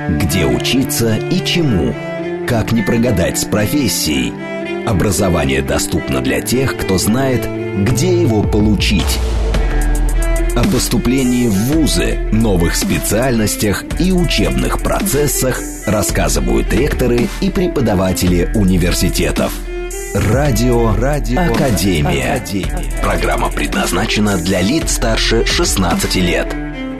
Где учиться и чему? Как не прогадать с профессией? Образование доступно для тех, кто знает, где его получить. О поступлении в вузы, новых специальностях и учебных процессах рассказывают ректоры и преподаватели университетов. Радио Академия. Программа предназначена для лиц старше 16 лет.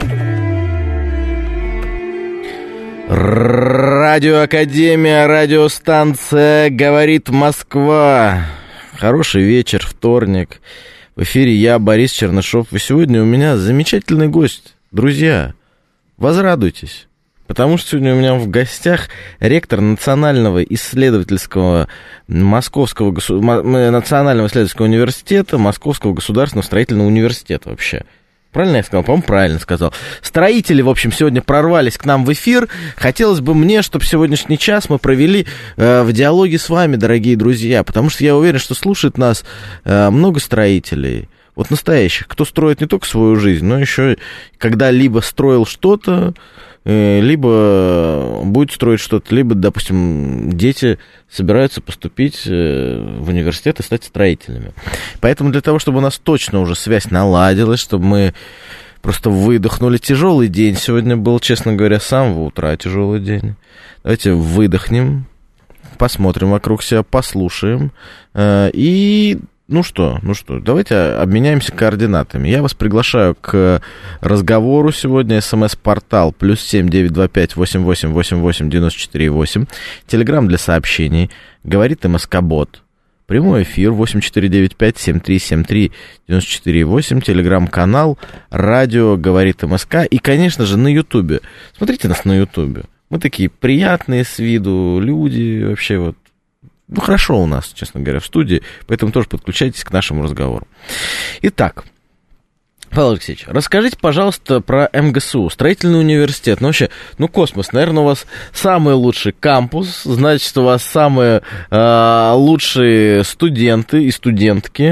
Радио Академия, радиостанция «Говорит Москва». Хороший вечер, вторник. В эфире я, Борис Чернышов. И сегодня у меня замечательный гость. Друзья, возрадуйтесь, потому что сегодня у меня в гостях ректор Национального исследовательского Национального исследовательского университета Московского государственного строительного университета вообще. Правильно я сказал? По-моему, правильно сказал. Строители, в общем, сегодня прорвались к нам в эфир. Хотелось бы мне, чтобы сегодняшний час мы провели в диалоге с вами, дорогие друзья, потому что я уверен, что слушает нас много строителей, вот настоящих, кто строит не только свою жизнь, но еще когда-либо строил что-то, либо будет строить что-то, либо, допустим, дети собираются поступить в университет и стать строителями. Поэтому для того, чтобы у нас точно уже связь наладилась, чтобы мы просто выдохнули. Тяжелый день сегодня был, честно говоря, с самого утра тяжелый день. Давайте выдохнем, посмотрим вокруг себя, послушаем и... Ну что, давайте обменяемся координатами. Я вас приглашаю к разговору сегодня. СМС-портал +7 925 88 88 94 8. Телеграм для сообщений. Говорит МСК-бот. Прямой эфир 8495 7373 94 8. Телеграм-канал радио Говорит МСК. И, конечно же, на Ютубе. Смотрите нас на Ютубе. Мы такие приятные с виду люди. Вообще вот. Ну, хорошо у нас, честно говоря, в студии, поэтому тоже подключайтесь к нашему разговору. Итак, Павел Алексеевич, расскажите, пожалуйста, про МГСУ, строительный университет. Ну, вообще, космос, наверное, у вас самый лучший кампус, значит, у вас самые лучшие студенты и студентки.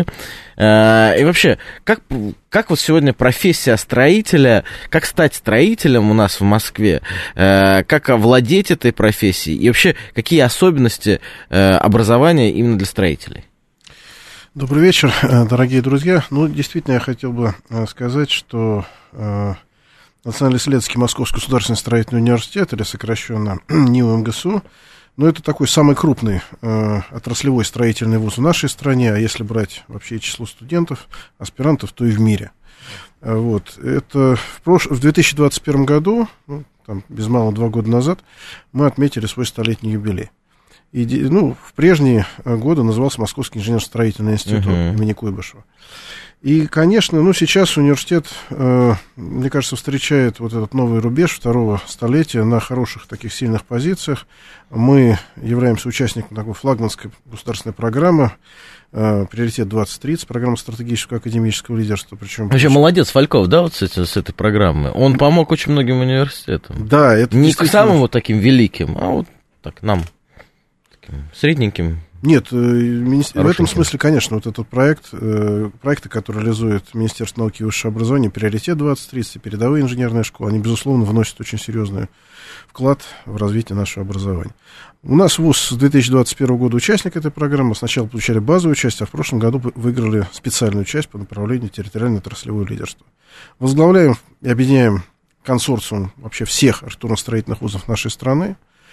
И вообще, как вот сегодня профессия строителя, как стать строителем у нас в Москве, как овладеть этой профессией, и вообще, какие особенности образования именно для строителей? Добрый вечер, дорогие друзья. Действительно, я хотел бы сказать, что Национальный исследовательский Московский государственный строительный университет, или сокращенно НИУ МГСУ, это такой самый крупный отраслевой строительный вуз в нашей стране, а если брать вообще число студентов, аспирантов, то и в мире. Вот. Это в 2021 году, без малого 2 года назад, мы отметили свой 100-летний юбилей. И, в прежние годы назывался Московский инженерно-строительный институт имени Куйбышева. И, конечно, сейчас университет, мне кажется, встречает вот этот новый рубеж второго столетия на хороших таких сильных позициях. Мы являемся участником такой флагманской государственной программы «Приоритет 2030», программа стратегического академического лидерства. Причем вообще молодец Фальков, да, вот с этой программой. Он помог очень многим университетам. Да, это не к самым вот таким великим, а вот так нам, таким средненьким. Нет, в этом смысле, конечно, вот этот проекты, которые реализует Министерство науки и высшего образования, «Приоритет 2030» и передовые инженерные школы, они, безусловно, вносят очень серьезный вклад в развитие нашего образования. У нас вуз с 2021 года участник этой программы. Сначала получали базовую часть, а в прошлом году выиграли специальную часть по направлению территориально-отраслевое лидерство. Возглавляем и объединяем консорциум вообще всех архитектурно-строительных вузов нашей страны.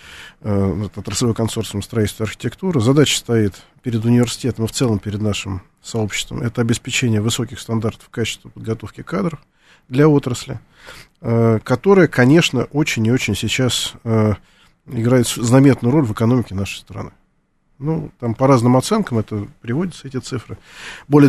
Это отраслевой консорциум строительства и архитектуры. Задача стоит перед университетом и в целом перед нашим сообществом. Это обеспечение высоких стандартов качества подготовки кадров для отрасли, которая, конечно, очень и очень сейчас играет заметную роль в экономике нашей страны. Там по разным оценкам это приводятся, эти цифры. Более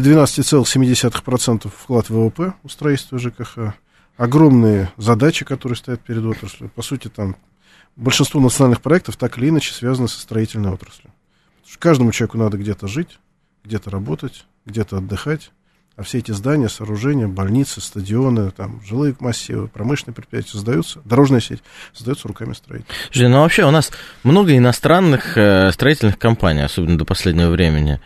12,7% вклад в ВВП у строительства ЖКХ. Огромные задачи, которые стоят перед отраслью. По сути, там большинство национальных проектов так или иначе связано со строительной отраслью. Потому что каждому человеку надо где-то жить, где-то работать, где-то отдыхать. А все эти здания, сооружения, больницы, стадионы, жилые массивы, промышленные предприятия создаются, дорожная сеть создается руками строителей. Слушай, вообще у нас много иностранных строительных компаний, особенно до последнего времени,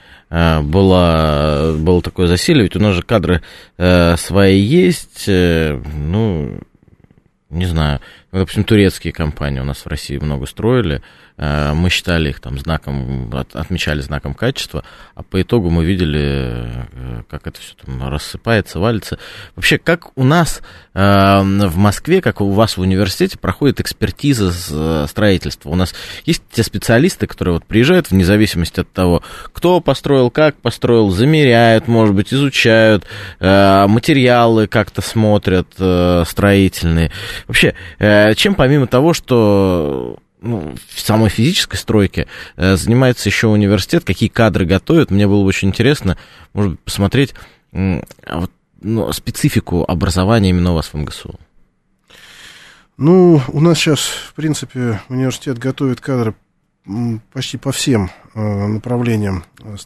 было такое засилие, ведь у нас же кадры свои есть, не знаю, допустим, турецкие компании у нас в России много строили, мы считали их там знаком, отмечали знаком качества, а по итогу мы видели, как это все там рассыпается, валится. Вообще, как у нас в Москве, как у вас в университете проходит экспертиза строительства? У нас есть те специалисты, которые вот приезжают вне зависимости от того, кто построил, как построил, замеряют, может быть, изучают, материалы как-то смотрят строительные. Вообще, чем помимо того, что в самой физической стройке занимается еще университет, какие кадры готовят, мне было бы очень интересно, может быть, посмотреть специфику образования именно у вас в МГСУ. Ну, у нас сейчас, в принципе, университет готовит кадры почти по всем направлениям,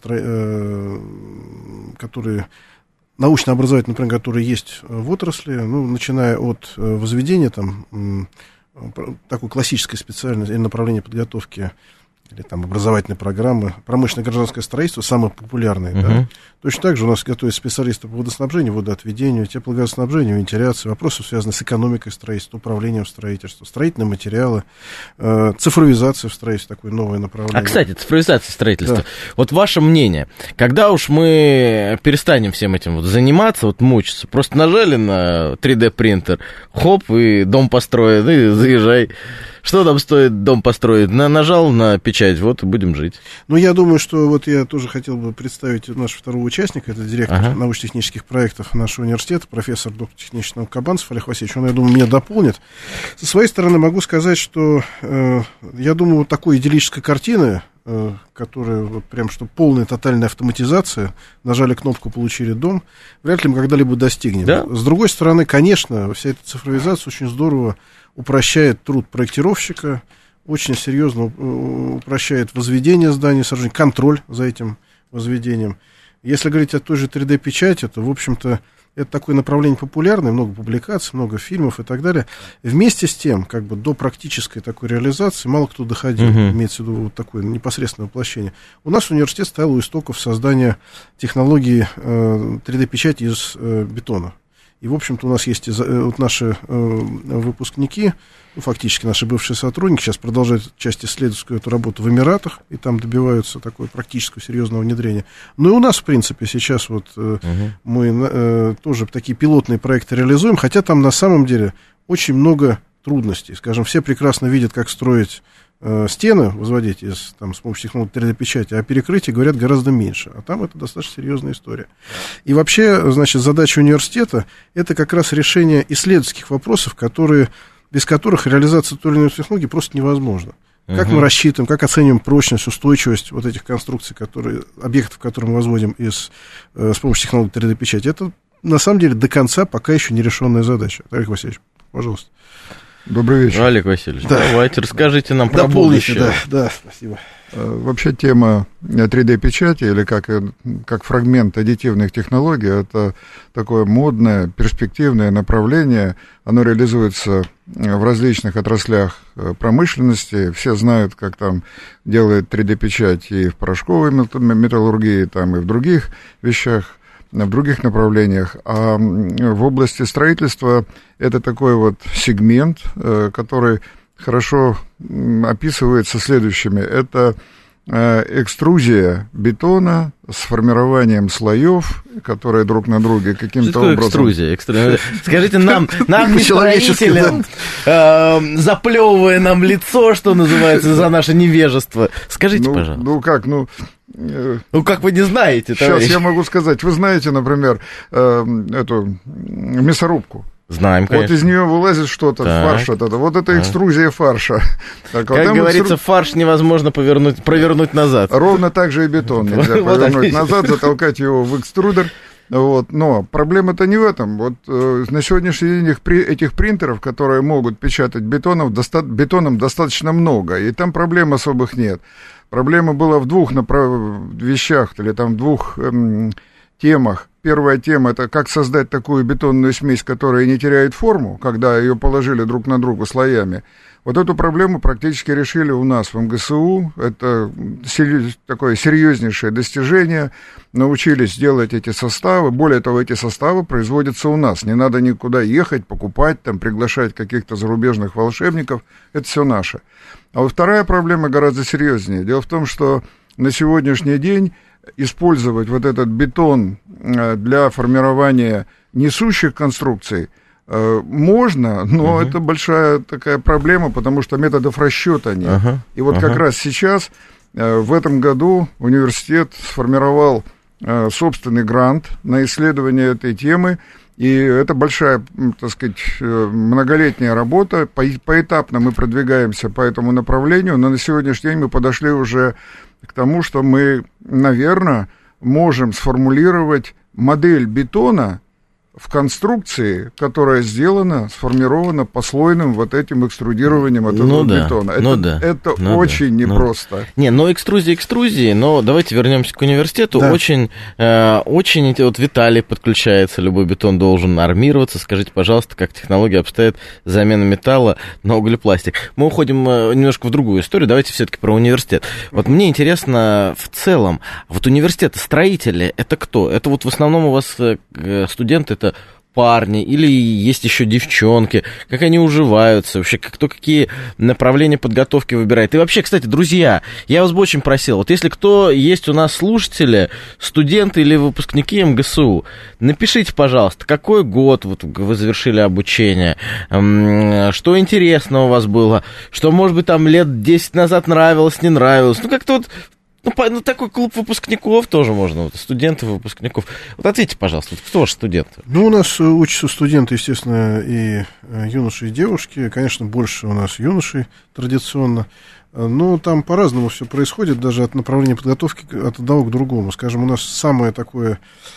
которые научно-образовательные, например, которые есть в отрасли, начиная от возведения там такой классической специальности или направления подготовки, или там образовательной программы, промышленное гражданское строительство, самое популярное, да. Точно так же у нас готовят специалисты по водоснабжению, водоотведению, теплогазоснабжению, вентиляции, вопросы, связанные с экономикой строительства, управлением строительства, строительные материалы, цифровизация в строительстве, такое новое направление. А, кстати, цифровизация строительства. Да. Вот ваше мнение, когда уж мы перестанем всем этим заниматься, мучиться, просто нажали на 3D-принтер, хоп, и дом построен, и заезжай. Что там стоит дом построить? Нажал на печать, и будем жить. Я думаю, что я тоже хотел бы представить нашего второго участника, это директор научно-технических проектов нашего университета, профессор, доктор технических наук Кабанцев Олег Васильевич. Он, я думаю, меня дополнит. Со своей стороны могу сказать, что, я думаю, такой идиллической картины, которая прям, что полная тотальная автоматизация, нажали кнопку, получили дом, вряд ли мы когда-либо достигнем. Да? С другой стороны, конечно, вся эта цифровизация очень здорово упрощает труд проектировщика, очень серьезно упрощает возведение здания, сооружений, контроль за этим возведением. Если говорить о той же 3D-печати, то, в общем-то, это такое направление популярное, много публикаций, много фильмов и так далее. Вместе с тем, до практической такой реализации мало кто доходил, имеется в виду такое непосредственное воплощение. У нас университет стоял у истоков создания технологии 3D-печати из бетона. И, в общем-то, у нас есть наши выпускники, фактически наши бывшие сотрудники, сейчас продолжают часть исследовательскую эту работу в Эмиратах, и там добиваются такого практического серьезного внедрения. И у нас, в принципе, сейчас мы тоже такие пилотные проекты реализуем, хотя там на самом деле очень много трудностей. Скажем, все прекрасно видят, как строить стены, возводить с помощью технологии 3D-печати, а перекрытий, говорят, гораздо меньше. А там это достаточно серьезная история. И вообще, задача университета – это как раз решение исследовательских вопросов, без которых реализация той или иной технологии просто невозможна. Как мы рассчитываем, как оцениваем прочность, устойчивость этих конструкций, объектов, которые мы возводим с помощью технологии 3D-печати, это, на самом деле, до конца пока еще нерешенная задача. Олег Васильевич, пожалуйто. Добрый вечер. Олег Васильевич, давайте расскажите нам про будущее. Да, спасибо. Вообще тема 3D-печати, или как фрагмент аддитивных технологий, это такое модное, перспективное направление. Оно реализуется в различных отраслях промышленности. Все знают, как там делают 3D-печать и в порошковой металлургии, там и в других вещах, в других направлениях, а в области строительства это такой сегмент, который хорошо описывается следующими. Это экструзия бетона с формированием слоев, которые друг на друге каким-то образом... Экструзия. Скажите нам не строителям, заплевывая нам лицо, что называется, за наше невежество. Скажите, пожалуйста. Как вы не знаете, товарищ? Сейчас я могу сказать. Вы знаете, например, эту мясорубку? Знаем, конечно. Из нее вылазит что-то, фарш это экструзия фарша. Как говорится, фарш невозможно провернуть назад. Ровно так же и бетон нельзя повернуть назад, затолкать его в экструдер. Но проблема-то не в этом. На сегодняшний день этих принтеров, которые могут печатать бетоном достаточно много, и там проблем особых нет. Проблема была в двух вещах, или в двух темах. первая тема, это как создать такую бетонную смесь, которая не теряет форму, когда ее положили друг на друга слоями. Вот эту проблему практически решили у нас в МГСУ. Это такое серьезнейшее достижение. Научились делать эти составы. Более того, эти составы производятся у нас. Не надо никуда ехать, покупать, там, приглашать каких-то зарубежных волшебников. Это все наше. А вот вторая проблема гораздо серьезнее. Дело в том, что на сегодняшний день использовать вот этот бетон для формирования несущих конструкций можно, но это большая такая проблема, потому что методов расчета нет. И вот как раз сейчас, в этом году, университет сформировал собственный грант на исследование этой темы, и это большая, так сказать, многолетняя работа. Поэтапно мы продвигаемся по этому направлению, но на сегодняшний день мы подошли уже к тому, что мы, наверное, можем сформулировать модель бетона в конструкции, которая сделана, сформирована послойным вот этим экструдированием от этого бетона. Это очень непросто. Но экструзии, но давайте вернемся к университету. Да. Очень, вот Виталий подключается, любой бетон должен армироваться. Скажите, пожалуйста, как технология обстоит замена металла на углепластик. Мы уходим немножко в другую историю, давайте все-таки про университет. Вот мне интересно в целом, вот университеты, строители, это кто? Это вот в основном у вас студенты, это парни, или есть еще девчонки, как они уживаются, вообще кто какие направления подготовки выбирает. И вообще, кстати, друзья, я вас бы очень просил, вот если кто есть у нас слушатели, студенты или выпускники МГСУ, напишите, пожалуйста, какой год вот вы завершили обучение, что интересно у вас было, что, может быть, там лет 10 назад нравилось, не нравилось, как-то вот. Такой клуб выпускников тоже можно, вот, студентов, выпускников. Вот ответьте, пожалуйста, кто ваш студент? У нас учатся студенты, естественно, и юноши, и девушки. Конечно, больше у нас юношей традиционно. Но там по-разному все происходит, даже от направления подготовки от одного к другому. Скажем, у нас самое такое...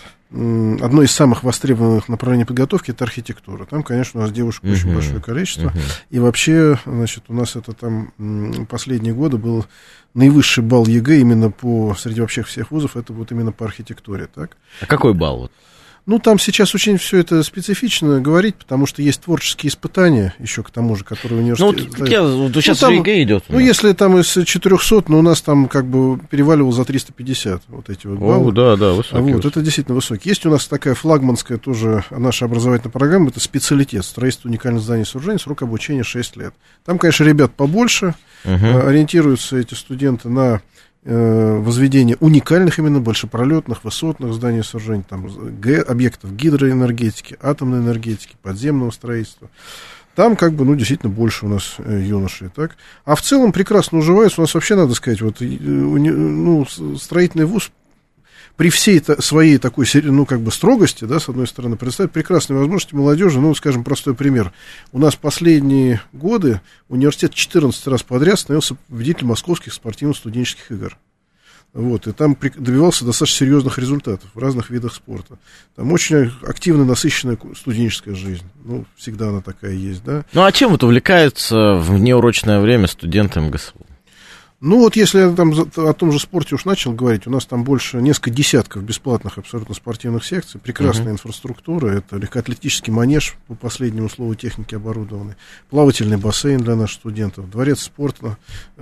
Одно из самых востребованных направлений подготовки — это архитектура. Там, конечно, у нас девушек очень большое количество. И вообще, значит, у нас это там последние годы был наивысший балл ЕГЭ именно среди вообще всех вузов, это вот именно по архитектуре, так? А какой балл? Там сейчас очень все это специфично говорить, потому что есть творческие испытания, еще к тому же, которые университет... сейчас же ЕГЭ идет. Если там из 400, у нас там как бы переваливал за 350 вот эти вот баллы. Да, высокий. Это действительно высокий. Есть у нас такая флагманская тоже наша образовательная программа, это специалитет, строительство уникальных зданий и сооружений, срок обучения 6 лет. Там, конечно, ребят побольше, ориентируются эти студенты на... возведение уникальных именно большепролетных, высотных зданий и сооружений, там, объектов гидроэнергетики, атомной энергетики, подземного строительства. Там как бы, действительно больше у нас юношей, так? А в целом прекрасно уживаются. У нас вообще, надо сказать, строительный вуз при всей своей такой, строгости, да, с одной стороны, представляет прекрасные возможности молодежи. Скажем, простой пример. У нас последние годы университет 14 раз подряд становился победителем московских спортивно-студенческих игр. И там добивался достаточно серьезных результатов в разных видах спорта. Там очень активная, насыщенная студенческая жизнь. Всегда она такая есть, да. А чем вот увлекаются в неурочное время студенты МГСУ? Если я там о том же спорте уж начал говорить, у нас там больше несколько десятков бесплатных абсолютно спортивных секций, прекрасная инфраструктура, это легкоатлетический манеж, по последнему слову техники оборудованный, плавательный бассейн для наших студентов, дворец спорта,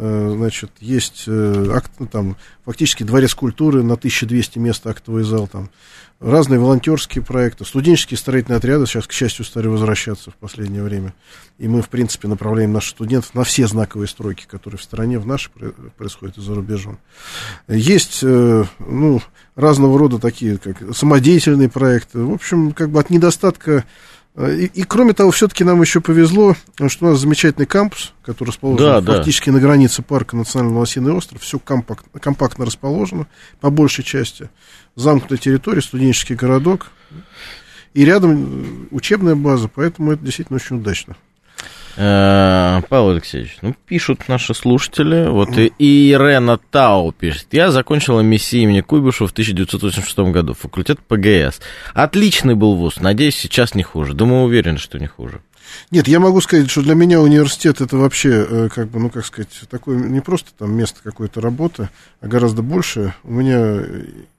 есть фактически дворец культуры на 1200 мест, актовый зал, там разные волонтерские проекты, студенческие строительные отряды сейчас, к счастью, стали возвращаться в последнее время. И мы, в принципе, направляем наших студентов на все знаковые стройки, которые в стране, в нашей происходят и за рубежом. Есть, разного рода такие, как самодеятельные проекты. В общем, от недостатка... И кроме того, все-таки нам еще повезло, что у нас замечательный кампус, который расположен фактически на границе парка Национальный Лосиный остров. Все компактно расположено, по большей части. Замкнутая территория, студенческий городок. И рядом учебная база, поэтому это действительно очень удачно. Павел Алексеевич, пишут наши слушатели, и Ирена Тау пишет: я закончила МИСИ имени Куйбышева в 1986 году, факультет ПГС. Отличный был вуз, надеюсь, сейчас не хуже. Думаю, уверен, что не хуже. Нет, я могу сказать, что для меня университет это вообще, такое не просто там место какой-то работы, а гораздо больше. У меня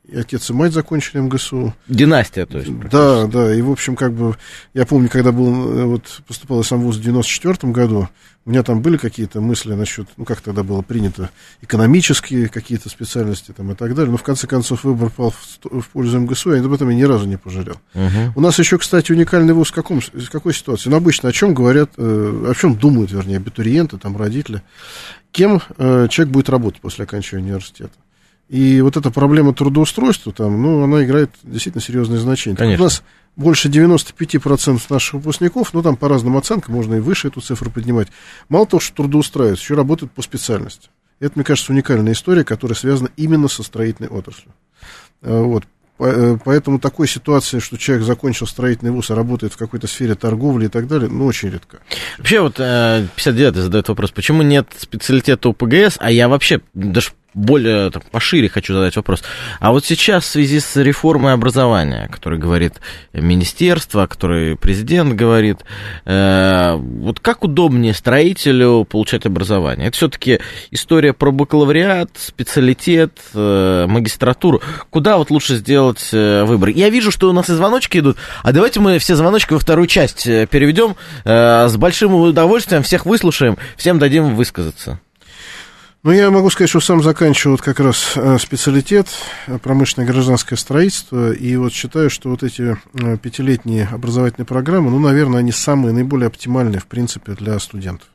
и отец и мать закончили МГСУ. Династия, то есть. Да, да, и, в общем, как бы, я помню, когда поступал я сам в ВУЗ в 94 году, у меня там были какие-то мысли насчет, как тогда было принято, экономические какие-то специальности там и так далее, но в конце концов выбор пал в пользу МГСУ, я об этом и ни разу не пожалел. У нас еще, кстати, уникальный ВУЗ в какой ситуации? Ну, обычно о чем говорят, о чем думают, вернее, абитуриенты, там, родители, кем человек будет работать после окончания университета. И вот эта проблема трудоустройства, там, она играет действительно серьезное значение. У нас больше 95% наших выпускников, там по разным оценкам, можно и выше эту цифру поднимать, мало того, что трудоустраиваются, еще работают по специальности. Это, мне кажется, уникальная история, которая связана именно со строительной отраслью. Вот. Поэтому такой ситуации, что человек закончил строительный вуз, а работает в какой-то сфере торговли и так далее, очень редко. Вообще, 59-й задает вопрос, почему нет специалитета УПГС, а я вообще даже более пошире хочу задать вопрос. А вот сейчас в связи с реформой образования, о которой говорит министерство, о которой президент говорит, вот как удобнее строителю получать образование? Это все-таки история про бакалавриат, специалитет, магистратуру. Куда вот лучше сделать выбор? Я вижу, что у нас и звоночки идут, а давайте мы все звоночки во вторую часть переведем. С большим удовольствием всех выслушаем, всем дадим высказаться. Я могу сказать, что сам заканчивал как раз специалитет промышленное гражданское строительство, и вот считаю, что вот эти 5-летние образовательные программы, наверное, они самые наиболее оптимальные, в принципе, для студентов.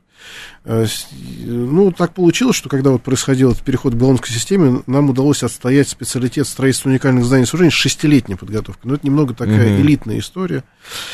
Так получилось, что когда вот происходил этот переход к болонской системе, нам удалось отстоять специалитет строительства уникальных зданий и сооружений с 6-летней подготовкой. Но это немного такая элитная история.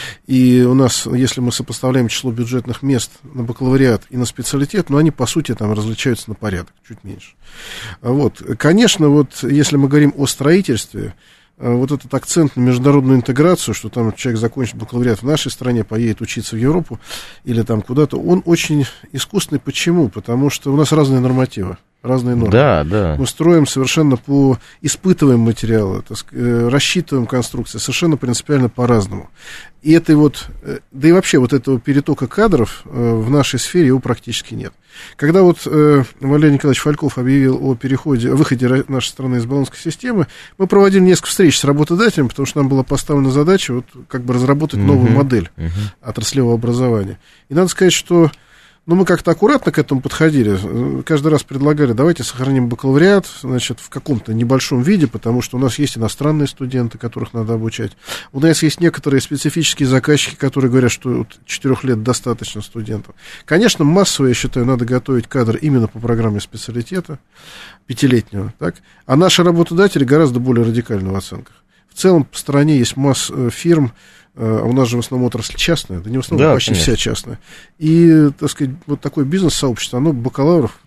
И у нас, если мы сопоставляем число бюджетных мест на бакалавриат и на специалитет, они, по сути, там различаются на порядок, чуть меньше. Вот. Конечно, вот если мы говорим о строительстве, вот этот акцент на международную интеграцию, что там человек закончит бакалавриат в нашей стране, поедет учиться в Европу или там куда-то, он очень искусственный. Почему? Потому что у нас разные нормативы, разные нормы. Да. Мы строим совершенно испытываем материалы, рассчитываем конструкции совершенно принципиально по-разному. И это да и вообще вот этого перетока кадров в нашей сфере его практически нет. Когда Валерий Николаевич Фальков объявил о выходе нашей страны из болонской системы, мы проводили несколько встреч с работодателями, потому что нам была поставлена задача разработать новую модель отраслевого образования. И надо сказать, что мы как-то аккуратно к этому подходили. Каждый раз предлагали, давайте сохраним бакалавриат, в каком-то небольшом виде, потому что у нас есть иностранные студенты, которых надо обучать. У нас есть некоторые специфические заказчики, которые говорят, что 4 лет достаточно студентов. Конечно, массово, я считаю, надо готовить кадр именно по программе специалитета, 5-летнего. Так? А наши работодатели гораздо более радикальны в оценках. В целом, по стране есть масса фирм, а у нас же в основном отрасль частная, да не в основном, почти вся частная. И, вот такое бизнес-сообщество, оно бакалавров,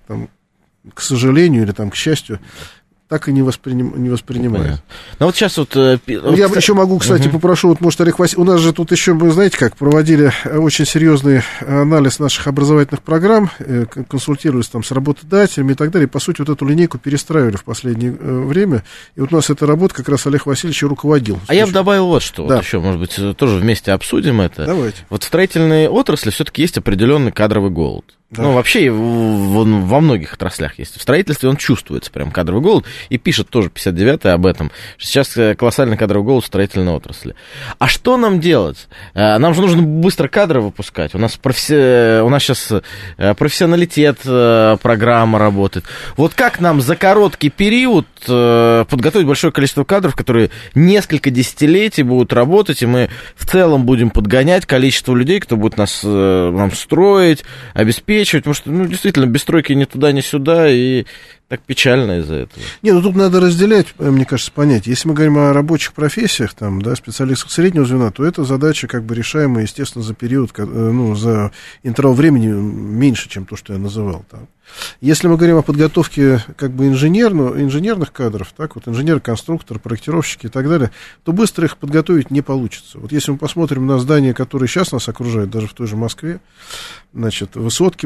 к сожалению или к счастью, так и не воспринимает. Ну вот сейчас я еще могу, кстати, попрошу, может, Олег Васильевич, у нас же тут еще, вы знаете как, проводили очень серьезный анализ наших образовательных программ, консультировались с работодателями и так далее, и, по сути, вот эту линейку перестраивали в последнее время, и вот у нас эта работа как раз Олег Васильевич и руководил. А я бы добавил вот что, да. Еще, может быть, тоже вместе обсудим это. Давайте. Вот в строительной отрасли все-таки есть определенный кадровый голод. Да. Вообще во многих отраслях есть. В строительстве он чувствуется, прям кадровый голод. И пишет тоже 59-й об этом, что сейчас колоссальный кадровый голод в строительной отрасли. А что нам делать? Нам же нужно быстро кадры выпускать. У нас сейчас профессионалитет программа работает. Вот как нам за короткий период подготовить большое количество кадров, которые несколько десятилетий будут работать, и мы в целом будем подгонять количество людей, кто будет нам строить, обеспечивать, потому что, действительно, без стройки ни туда, ни сюда, и так печально из-за этого. Тут надо разделять, мне кажется, понятия. Если мы говорим о рабочих профессиях, специалистах среднего звена, то эта задача решаемая, естественно, за период, за интервал времени меньше, чем то, что я называл. Если мы говорим о подготовке инженерных кадров, инженер-конструктор, проектировщики и так далее, то быстро их подготовить не получится. Вот если мы посмотрим на здания, которые сейчас нас окружают, даже в той же Москве, высотки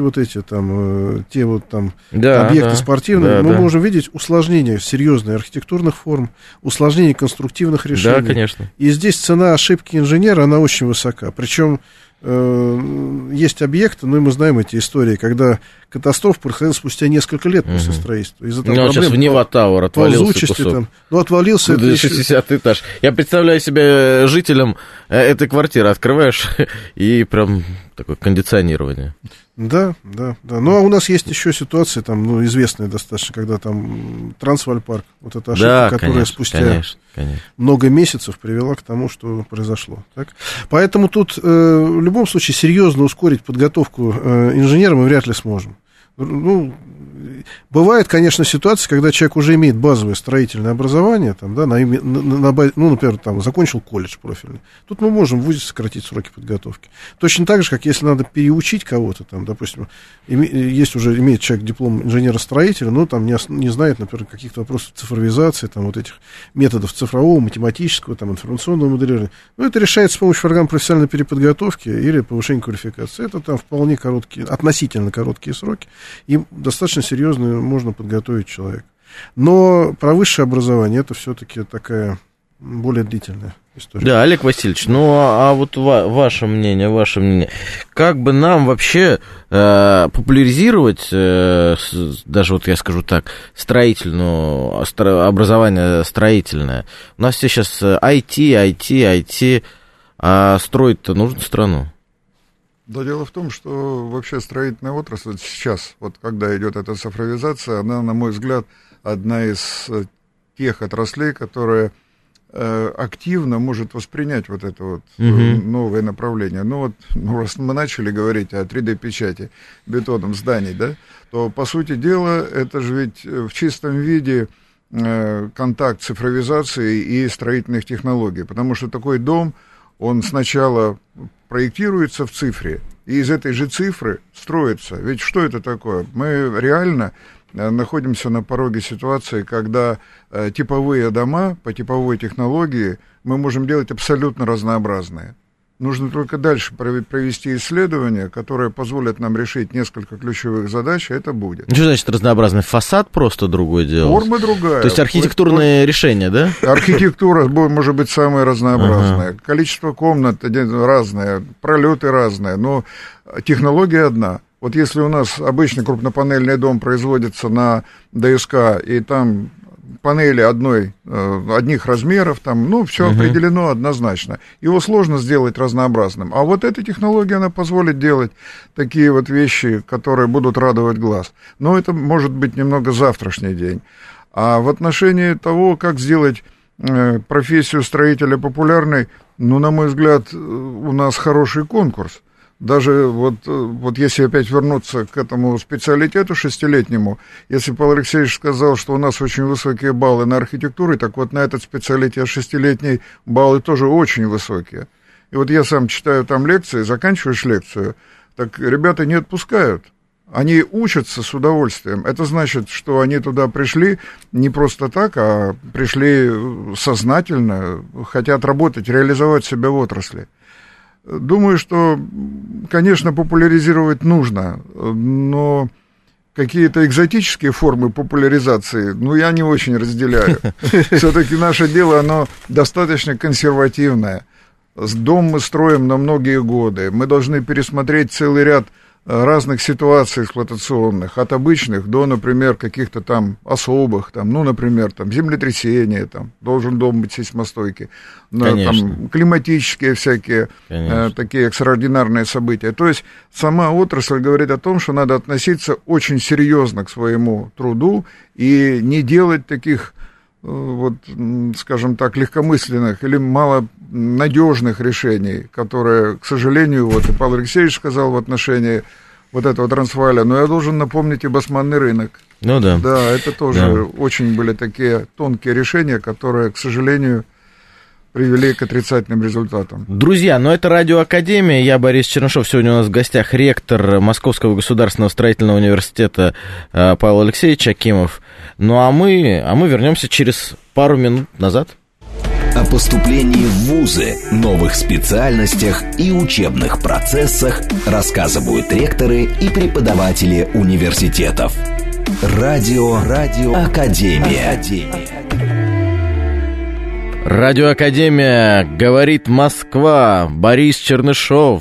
объекты спортивные, мы можем видеть усложнение серьезных архитектурных форм, усложнение конструктивных решений. Да, конечно. И здесь цена ошибки инженера, она очень высока. Причем есть объекты, ну и мы знаем эти истории, когда катастрофа происходила спустя несколько лет после строительства. Из-за того, сейчас в Нева Тауэр отвалился кусок. Там, отвалился... 60-й этаж. Я представляю себе жителям этой квартиры. Открываешь, и прям такое кондиционирование. Да. Ну, а у нас есть еще ситуации, там, известные достаточно, когда там Трансвальпарк, вот эта ошибка, которая спустя много месяцев привела к тому, что произошло. Так? Поэтому тут в любом случае серьезно ускорить подготовку инженера мы вряд ли сможем. Ну, бывает, конечно, ситуация, когда человек уже имеет базовое строительное образование, там, да, например, там, закончил колледж профильный. Тут мы можем в ВУЗе сократить сроки подготовки. Точно так же, как если надо переучить кого-то, там, допустим, имеет человек диплом инженера-строителя, но там не знает, например, каких-то вопросов цифровизации, там, вот этих методов цифрового, математического, там, информационного моделирования. Ну, это решается с помощью программ профессиональной переподготовки или повышения квалификации. Это там вполне относительно короткие сроки. Им достаточно серьезно можно подготовить человека. Но про высшее образование это все-таки такая более длительная история. Да, Олег Васильевич, ну а вот ваше мнение, как бы нам вообще популяризировать, даже вот я скажу так, образование строительное? У нас все сейчас IT, а строить-то нужно страну. Да, дело в том, что вообще строительная отрасль сейчас, вот когда идет эта цифровизация, она, на мой взгляд, одна из тех отраслей, которая активно может воспринять вот это вот новое направление. Ну вот, раз мы начали говорить о 3D-печати бетонном зданий, да, то, по сути дела, это же ведь в чистом виде контакт цифровизации и строительных технологий, потому что такой дом, он сначала проектируется в цифре, и из этой же цифры строится. Ведь что это такое? Мы реально находимся на пороге ситуации, когда типовые дома по типовой технологии мы можем делать абсолютно разнообразные. Нужно только дальше провести исследования, которые позволят нам решить несколько ключевых задач, и это будет. Что значит разнообразный? Фасад просто другое дело? Форма другая. То есть архитектурные решения, да? Архитектура может быть самая разнообразная. Количество комнат разное, пролеты разные, но технология одна. Вот если у нас обычный крупнопанельный дом производится на ДСК, и там панели одних размеров, там, ну, все определено однозначно. Его сложно сделать разнообразным. А вот эта технология, она позволит делать такие вот вещи, которые будут радовать глаз. Но это может быть немного завтрашний день. А в отношении того, как сделать профессию строителя популярной, ну, на мой взгляд, у нас хороший конкурс. Даже вот если опять вернуться к этому специалитету 6-летнему, если Павел Алексеевич сказал, что у нас очень высокие баллы на архитектуре, так вот на этот специалитет 6-летний баллы тоже очень высокие. И вот я сам читаю там лекции, заканчиваешь лекцию, так ребята не отпускают. Они учатся с удовольствием. Это значит, что они туда пришли не просто так, а пришли сознательно, хотят работать, реализовать себя в отрасли. Думаю, что, конечно, популяризировать нужно, но какие-то экзотические формы популяризации, ну, я не очень разделяю. Все-таки наше дело, оно достаточно консервативное. Дом мы строим на многие годы. Мы должны пересмотреть целый ряд разных ситуаций эксплуатационных, от обычных до, например, каких-то там особых, там, ну, например, там, землетрясения, там, должен дом быть сейсмостойкий, там, климатические всякие такие экстраординарные события. То есть сама отрасль говорит о том, что надо относиться очень серьезно к своему труду и не делать таких, вот, скажем так, легкомысленных или малонадежных решений, которые, к сожалению, вот и Павел Алексеевич сказал в отношении вот этого Трансваля, но я должен напомнить и басманный рынок. Ну да. Да, это тоже очень были такие тонкие решения, которые, к сожалению, привели к отрицательным результатам. Друзья, это Радиоакадемия. Я Борис Чернышов. Сегодня у нас в гостях ректор Московского государственного строительного университета Павел Алексеевич Акимов. Ну а мы вернемся через пару минут назад. О поступлении в вузы, новых специальностях и учебных процессах рассказывают ректоры и преподаватели университетов. Радиоакадемия. Радиоакадемия, говорит Москва, Борис Чернышов.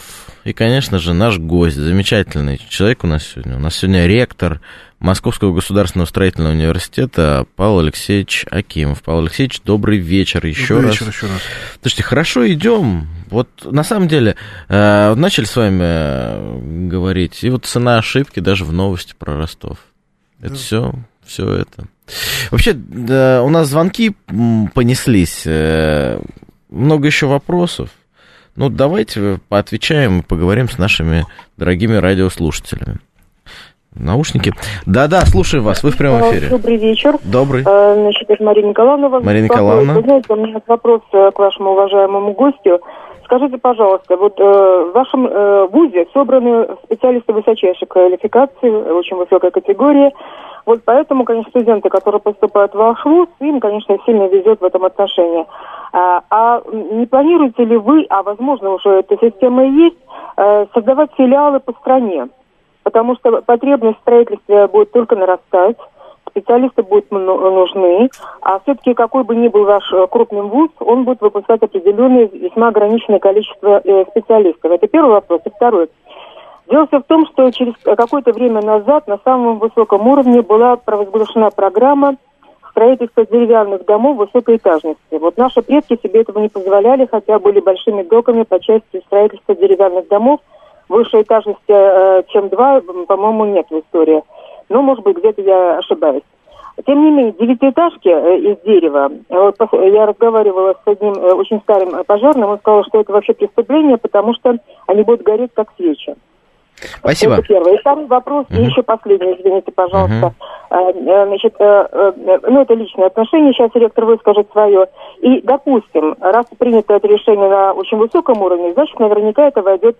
И, конечно же, наш гость, замечательный человек у нас сегодня. У нас сегодня ректор Московского государственного строительного университета Павел Алексеевич Акимов. Павел Алексеевич, добрый вечер еще раз. Добрый вечер еще раз. Слушайте, хорошо идем. Вот на самом деле начали с вами говорить, и вот цена ошибки даже в новости про Ростов. Это все это. Вообще, да, у нас звонки понеслись, много еще вопросов. Ну, давайте поотвечаем и поговорим с нашими дорогими радиослушателями. Наушники. Да, слушаем вас, вы в прямом эфире. Добрый вечер. Добрый. Значит, это Мария Николаевна. Мария Николаевна. Вы знаете, у меня вопрос к вашему уважаемому гостю. Скажите, пожалуйста, вот в вашем вузе собраны специалисты высочайшей квалификации, очень высокой категории. Вот поэтому, конечно, студенты, которые поступают в ваш вуз, им, конечно, сильно везет в этом отношении. А не планируете ли вы, а возможно уже эта система и есть, создавать филиалы по стране? Потому что потребность в строительстве будет только нарастать, специалисты будут нужны, а все-таки какой бы ни был ваш крупный вуз, он будет выпускать определенное, весьма ограниченное количество специалистов. Это первый вопрос. И второй. Дело все в том, что через какое-то время назад на самом высоком уровне была провозглашена программа строительства деревянных домов высокой этажности. Вот наши предки себе этого не позволяли, хотя были большими доками по части строительства деревянных домов. Высшей этажности, чем 2, по-моему, нет в истории. Но, может быть, где-то я ошибаюсь. Тем не менее, девятиэтажки из дерева, вот я разговаривала с одним очень старым пожарным, он сказал, что это вообще преступление, потому что они будут гореть как свечи. Спасибо. Это первое. И второй вопрос, и еще последний, извините, пожалуйста. Значит, ну, это личное отношение, сейчас ректор выскажет свое. И, допустим, раз принято это решение на очень высоком уровне, значит, наверняка это войдет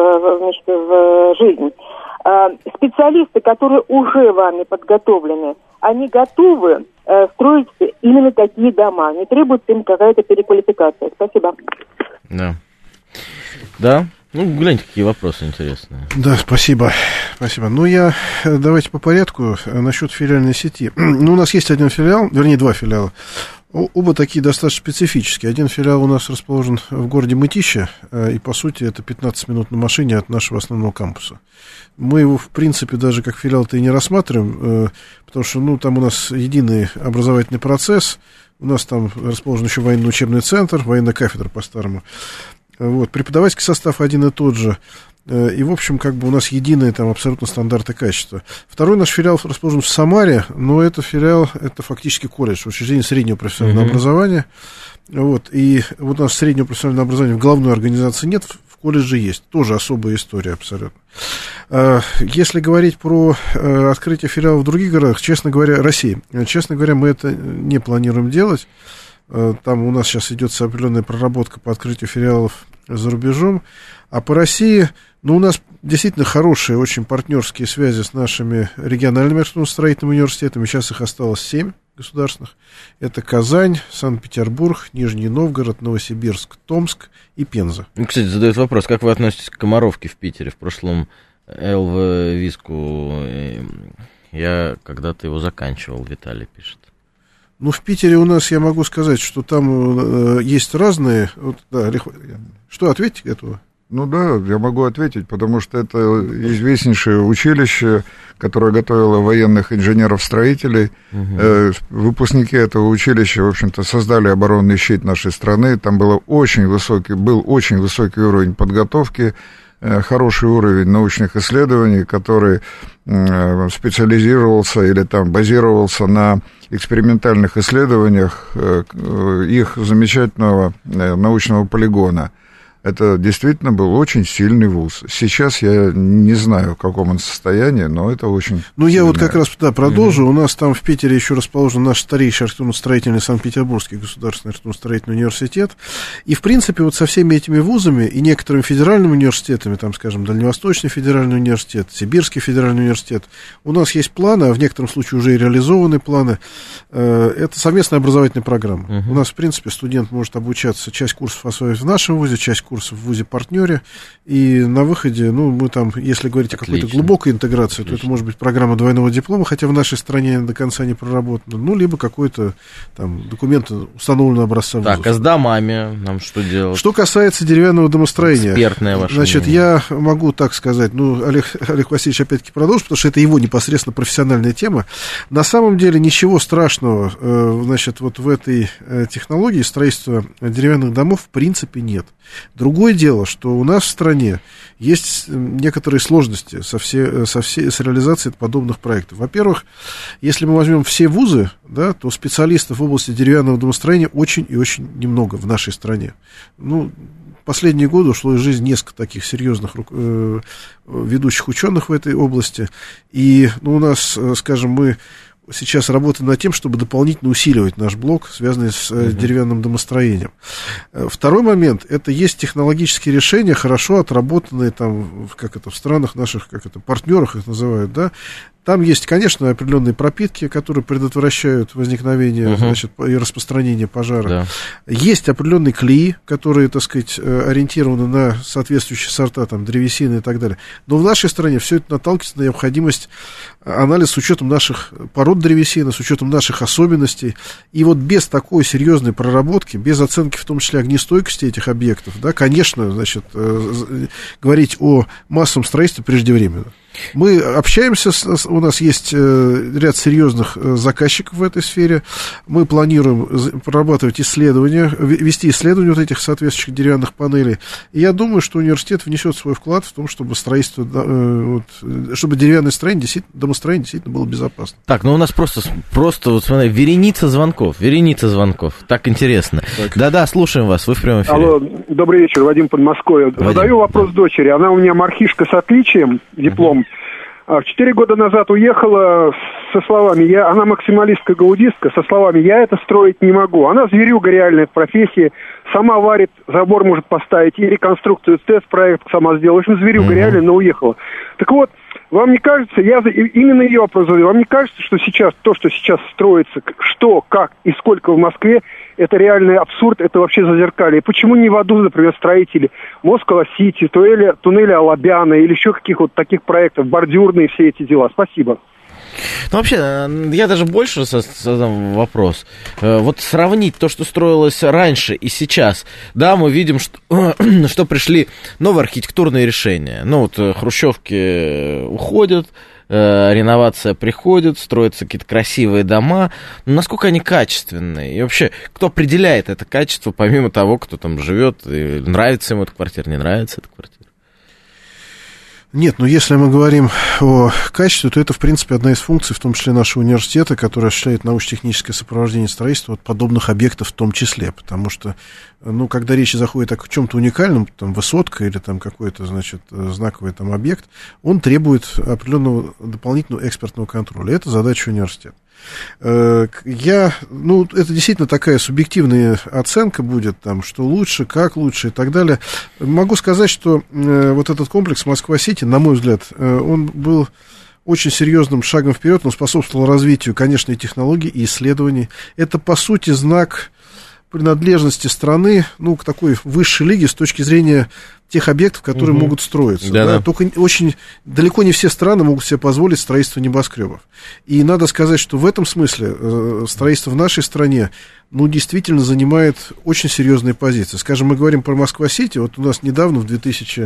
в жизнь. Специалисты, которые уже вами подготовлены, они готовы строить именно такие дома? Не требуется им какая-то переквалификация? Спасибо. Да. Ну, гляньте, какие вопросы интересные. Да, спасибо. Ну, давайте по порядку насчет филиальной сети. Ну, у нас есть один филиал, вернее, два филиала. Оба такие достаточно специфические. Один филиал у нас расположен в городе Мытищи, и, по сути, это 15 минут на машине от нашего основного кампуса. Мы его, в принципе, даже как филиал-то и не рассматриваем, потому что, ну, там у нас единый образовательный процесс, у нас там расположен еще военный учебный центр, военная кафедра по-старому. Вот, преподавательский состав один и тот же. И, в общем, как бы у нас единые там абсолютно стандарты качества. Второй наш филиал расположен в Самаре, но это филиал, это фактически колледж, учреждение среднего профессионального образования. Вот, и вот у нас среднего профессионального образования в головной организации нет, в колледже есть. Тоже особая история абсолютно. Если говорить про открытие филиалов в других городах, честно говоря, России, честно говоря, мы это не планируем делать. Там у нас сейчас идет определенная проработка по открытию филиалов за рубежом. А по России, ну, у нас действительно хорошие, очень партнерские связи с нашими региональными строительными университетами. Сейчас их осталось 7 государственных. Это Казань, Санкт-Петербург, Нижний Новгород, Новосибирск, Томск и Пенза. Ну, кстати, задают вопрос, как вы относитесь к Комаровке в Питере? В прошлом ЛВ-визку я когда-то его заканчивал, Виталий пишет. Ну, в Питере у нас, я могу сказать, что там есть разные... Вот, да, что, ответить этого? Ну да, я могу ответить, потому что это известнейшее училище, которое готовило военных инженеров-строителей. Выпускники этого училища, в общем-то, создали оборонный щит нашей страны. Там был очень высокий уровень подготовки, хороший уровень научных исследований, который специализировался или там базировался на экспериментальных исследованиях их замечательного научного полигона. Это действительно был очень сильный вуз. Сейчас я не знаю, в каком он состоянии, но это очень... Ну, я вот как раз продолжу. У нас там в Питере еще расположен наш старейший архитектурно-строительный Санкт-Петербургский государственный архитектурно-строительный университет. И, в принципе, вот со всеми этими вузами и некоторыми федеральными университетами, там, скажем, Дальневосточный федеральный университет, Сибирский федеральный университет, у нас есть планы, а в некотором случае уже и реализованы планы. Это совместная образовательная программа. У нас, в принципе, студент может обучаться, часть курсов освоить в нашем вузе, часть курсов курсы в вузе-партнере, и на выходе, ну, мы там, если говорить о какой-то глубокой интеграции, то это может быть программа двойного диплома, хотя в нашей стране до конца не проработана, ну, либо какой-то там документ установленного образца вузов. Так, а с домами нам что делать? Что касается деревянного домостроения, экспертное ваше значит, мнение. я могу так сказать, ну, Олег Васильевич опять-таки продолжит, потому что это его непосредственно профессиональная тема. На самом деле ничего страшного, значит, вот в этой технологии строительства деревянных домов в принципе нет. Другое дело, что у нас в стране есть некоторые сложности с реализацией подобных проектов. Во-первых, если мы возьмем все вузы, да, то специалистов в области деревянного домостроения очень и очень немного в нашей стране. Ну, последние годы ушло из жизни несколько таких серьезных ведущих ученых в этой области. И ну, у нас, скажем, мы сейчас работаем над тем, чтобы дополнительно усиливать наш блок, связанный с деревянным домостроением. Второй момент, это есть технологические решения, хорошо отработанные там, как это, в странах наших, как это, партнерах их называют, да. Там есть, конечно, определенные пропитки, которые предотвращают возникновение, значит, и распространение пожара. Да. Есть определенные клеи, которые, так сказать, ориентированы на соответствующие сорта, там, древесины и так далее. Но в нашей стране все это наталкивается на необходимость анализа с учетом наших пород древесины, с учетом наших особенностей. И вот без такой серьезной проработки, без оценки, в том числе, огнестойкости этих объектов, да, конечно, значит, говорить о массовом строительстве преждевременно. Мы общаемся, у нас есть ряд серьезных заказчиков в этой сфере. Мы планируем прорабатывать исследования, вести исследования вот этих соответствующих деревянных панелей. И я думаю, что университет внесет свой вклад в том, чтобы строительство, чтобы деревянное строение, домостроение действительно было безопасно. Так, ну у нас просто вот смотри, вереница звонков. Так интересно. Да-да, слушаем вас, вы в прямом эфире. Алло, добрый вечер, Вадим, Подмосковье. Задаю вопрос дочери. Она у меня мархишка с отличием, диплом. 4 года назад уехала со словами, она максималистка-гаудистка, со словами, я это строить не могу. Она зверюга реальная в профессии, сама варит, забор может поставить, и реконструкцию, тест-проект сама сделала. В общем, зверюга реальная, но уехала. Так вот, вам не кажется, именно ее вопрос задаю, вам не кажется, что сейчас, то, что сейчас строится, что, как и сколько в Москве, это реальный абсурд, это вообще зазеркалье. Почему не в аду, например, строители Москва-Сити, туннеля Алабяна или еще каких вот таких проектов, бордюрные все эти дела? Спасибо. Ну, вообще, я даже больше задам вопрос. Вот сравнить то, что строилось раньше и сейчас. Да, мы видим, что пришли новые архитектурные решения. Ну, вот хрущевки уходят, реновация приходит, строятся какие-то красивые дома. Но насколько они качественные? И вообще, кто определяет это качество, помимо того, кто там живет, и нравится ему эта квартира, не нравится эта квартира? Нет, но если мы говорим о качестве, то это, в принципе, одна из функций, в том числе нашего университета, который осуществляет научно-техническое сопровождение строительства вот подобных объектов в том числе, потому что, ну, когда речь заходит о чем-то уникальном, там, высотка или там какой-то, значит, знаковый там объект, он требует определенного дополнительного экспертного контроля. Это задача университета. Это действительно такая субъективная оценка будет, там, что лучше, как лучше и так далее. Могу сказать, что вот этот комплекс Москва-Сити, на мой взгляд, он был очень серьезным шагом вперед, он способствовал развитию, конечно, и технологий, и исследований. Это, по сути, знак принадлежности страны, ну, к такой высшей лиге с точки зрения тех объектов, которые могут строиться. Да. Только очень далеко не все страны могут себе позволить строительство небоскребов. И надо сказать, что в этом смысле строительство в нашей стране, ну, действительно занимает очень серьезные позиции. Скажем, мы говорим про Москва-Сити, вот у нас недавно, в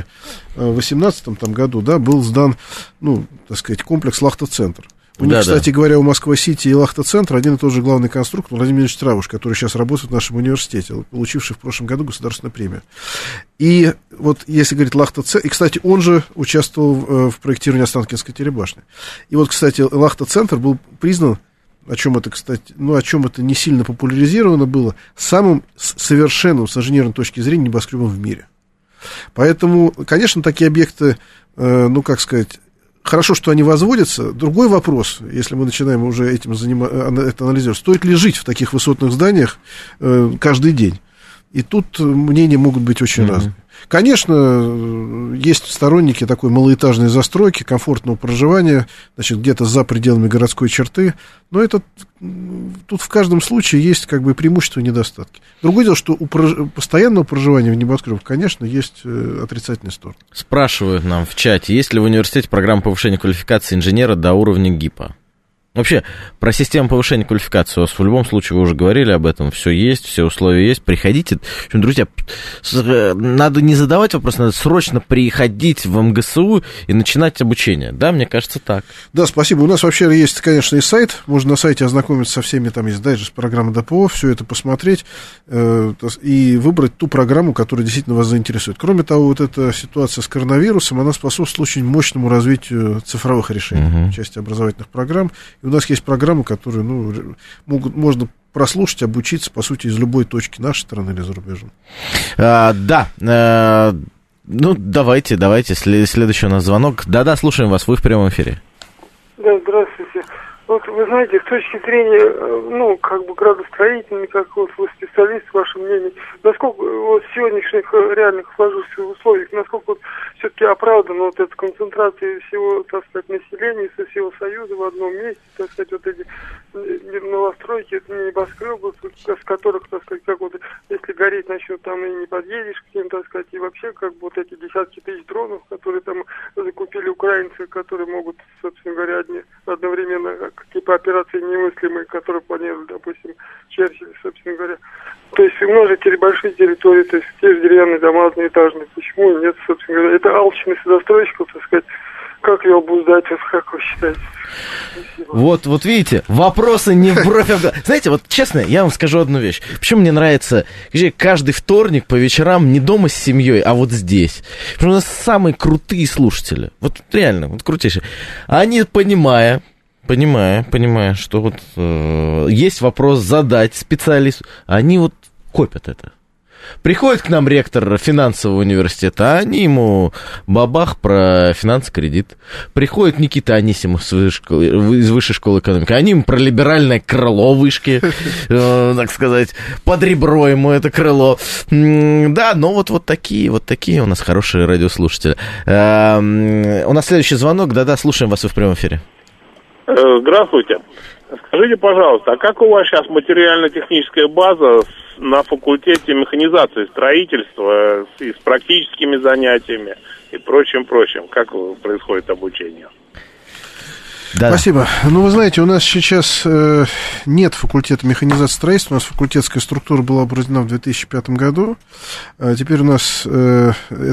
2018 году, да, был сдан, ну, так сказать, комплекс Лахта-центр. У них, кстати говоря, у Москва-Сити и Лахта-центр один и тот же главный конструктор Владимир Ильич Травуш, который сейчас работает в нашем университете, получивший в прошлом году государственную премию. И вот если говорить Лахта-центр, и, кстати, он же участвовал в проектировании Останкинской телебашни. И вот, кстати, Лахта-центр был признан, о чем это не сильно популяризировано было, самым совершенным с инженерной точки зрения небоскребом в мире. Поэтому, конечно, такие объекты, хорошо, что они возводятся. Другой вопрос, если мы начинаем уже это анализировать, стоит ли жить в таких высотных зданиях каждый день? И тут мнения могут быть очень разные. Конечно, есть сторонники такой малоэтажной застройки, комфортного проживания, значит, где-то за пределами городской черты, но это, тут в каждом случае есть как бы преимущества и недостатки. Другое дело, что у постоянного проживания в небоскребах, конечно, есть отрицательные стороны. Спрашивают нам в чате, есть ли в университете программа повышения квалификации инженера до уровня ГИПа? Вообще, про систему повышения квалификации у вас в любом случае, вы уже говорили об этом, все есть, все условия есть, приходите. В общем, друзья, надо не задавать вопрос, надо срочно приходить в МГСУ и начинать обучение. Да, мне кажется, так. Да, спасибо. У нас вообще есть, конечно, и сайт, можно на сайте ознакомиться со всеми, там есть дайджест программы ДПО, все это посмотреть и выбрать ту программу, которая действительно вас заинтересует. Кроме того, вот эта ситуация с коронавирусом, она способствует очень мощному развитию цифровых решений в части образовательных программ. И у нас есть программы, которые можно прослушать, обучиться, по сути, из любой точки нашей страны или за рубежом. Давайте, следующий у нас звонок. Да, слушаем вас, вы в прямом эфире. Да, здравствуйте. Вот вы знаете, с точки зрения, градостроительной, как вот вы специалист, ваше мнение, насколько вот в сегодняшних реальных сложившихся условиях, насколько вот все-таки оправдана вот эта концентрация всего, так сказать, населения, со всего Союза в одном месте, так сказать, вот эти новостройки, это небоскребы, с которых, так сказать, как вот, если гореть начнет, там и не подъедешь к ним, так сказать, и вообще, как бы вот эти десятки тысяч дронов, которые там закупили украинцы, которые могут, собственно говоря, одновременно какие-то операции немыслимые, которые планировали, допустим, Черчилль, собственно говоря. То есть умножить большие территории, то есть те же деревянные дома одноэтажные. Почему нет, собственно говоря? Это алчность застройщиков, так сказать. Как ее обуздать, как вы считаете? Вот видите, вопросы не в бровь. Знаете, вот честно, я вам скажу одну вещь. Почему мне нравится каждый вторник по вечерам не дома с семьей, а вот здесь? Потому что у нас самые крутые слушатели. Вот реально, вот крутейшие. Они, понимая, что вот есть вопрос задать специалисту, они вот копят это. Приходит к нам ректор финансового университета, а они ему бабах про финанс-кредит. Приходит Никита Анисимов из высшей школы экономики, они ему про либеральное крыло вышки, так сказать, под ребро ему это крыло. Да, но вот такие у нас хорошие радиослушатели. У нас следующий звонок, да, слушаем вас в прямом эфире. Здравствуйте. Скажите, пожалуйста, а как у вас сейчас материально-техническая база на факультете механизации строительства с практическими занятиями и прочим? Как происходит обучение? Да. Спасибо. Вы знаете, у нас сейчас нет факультета механизации строительства, у нас факультетская структура была образована в 2005 году. Теперь у нас все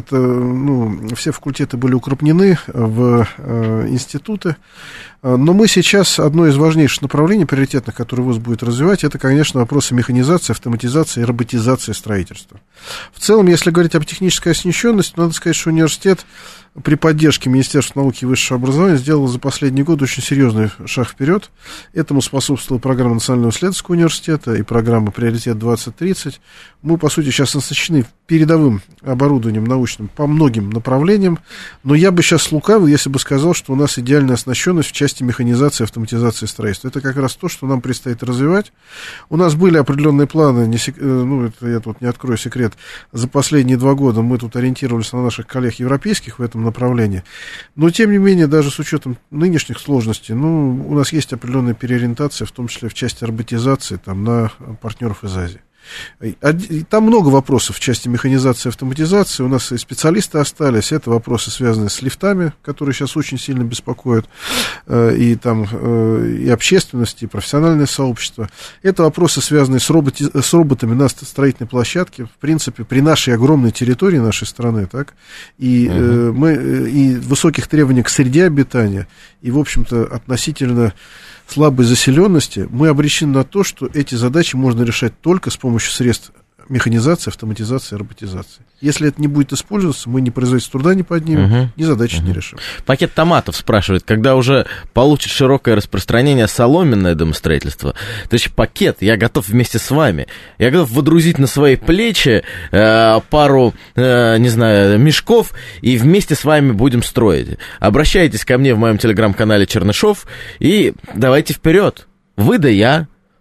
факультеты были укрупнены в институты. Но мы сейчас, одно из важнейших направлений, приоритетных, которые ВУЗ будет развивать, это, конечно, вопросы механизации, автоматизации и роботизации строительства. В целом, если говорить об технической оснащенности, надо сказать, что университет при поддержке Министерства науки и высшего образования сделал за последний год очень серьезный шаг вперед. Этому способствовала программа Национального исследовательского университета и программа «Приоритет-2030». Мы, по сути, сейчас оснащены передовым оборудованием научным по многим направлениям, но я бы сейчас слукавил, если бы сказал, что у нас идеальная оснащенность в части механизации, автоматизации строительства. Это как раз то, что нам предстоит развивать. У нас были определенные планы, это я тут не открою секрет, за последние 2 года мы тут ориентировались на наших коллег европейских в этом направлении. Но, тем не менее, даже с учетом нынешних сложностей, у нас есть определенная переориентация, в том числе в части роботизации, на партнеров из Азии. Там много вопросов в части механизации и автоматизации. У нас и специалисты остались. Это вопросы, связанные с лифтами, которые сейчас очень сильно беспокоят и общественность, и профессиональное сообщество. Это вопросы, связанные с роботами на строительной площадке. В принципе, при нашей огромной территории нашей страны, так, и высоких требований к среде обитания, и, в общем-то, относительно слабой заселенности, мы обречены на то, что эти задачи можно решать только с помощью средств механизации, автоматизации, роботизации. Если это не будет использоваться, мы ни производительность труда не поднимем, ни задачи не решим. Пакет томатов спрашивает, когда уже получит широкое распространение соломенное домостроительство, то есть пакет, я готов вместе с вами, я готов водрузить на свои плечи пару, мешков, и вместе с вами будем строить. Обращайтесь ко мне в моем телеграм-канале Чернышов, и давайте вперед. Вы да я.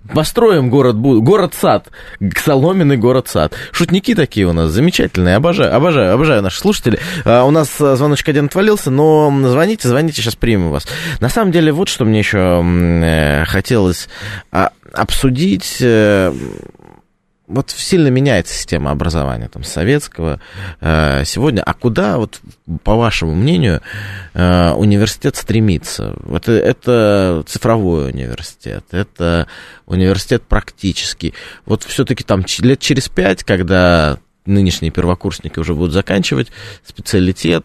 Построим город-сад, соломенный город-сад. Шутники такие у нас замечательные, обожаю наших слушателей. У нас звоночек один отвалился, но звоните, сейчас примем вас. На самом деле, вот что мне еще хотелось обсудить. Вот сильно меняется система образования там, советского сегодня. А куда, вот, по вашему мнению, университет стремится? Это цифровой университет, это университет практический. Вот все-таки там лет через 5, когда нынешние первокурсники уже будут заканчивать специалитет,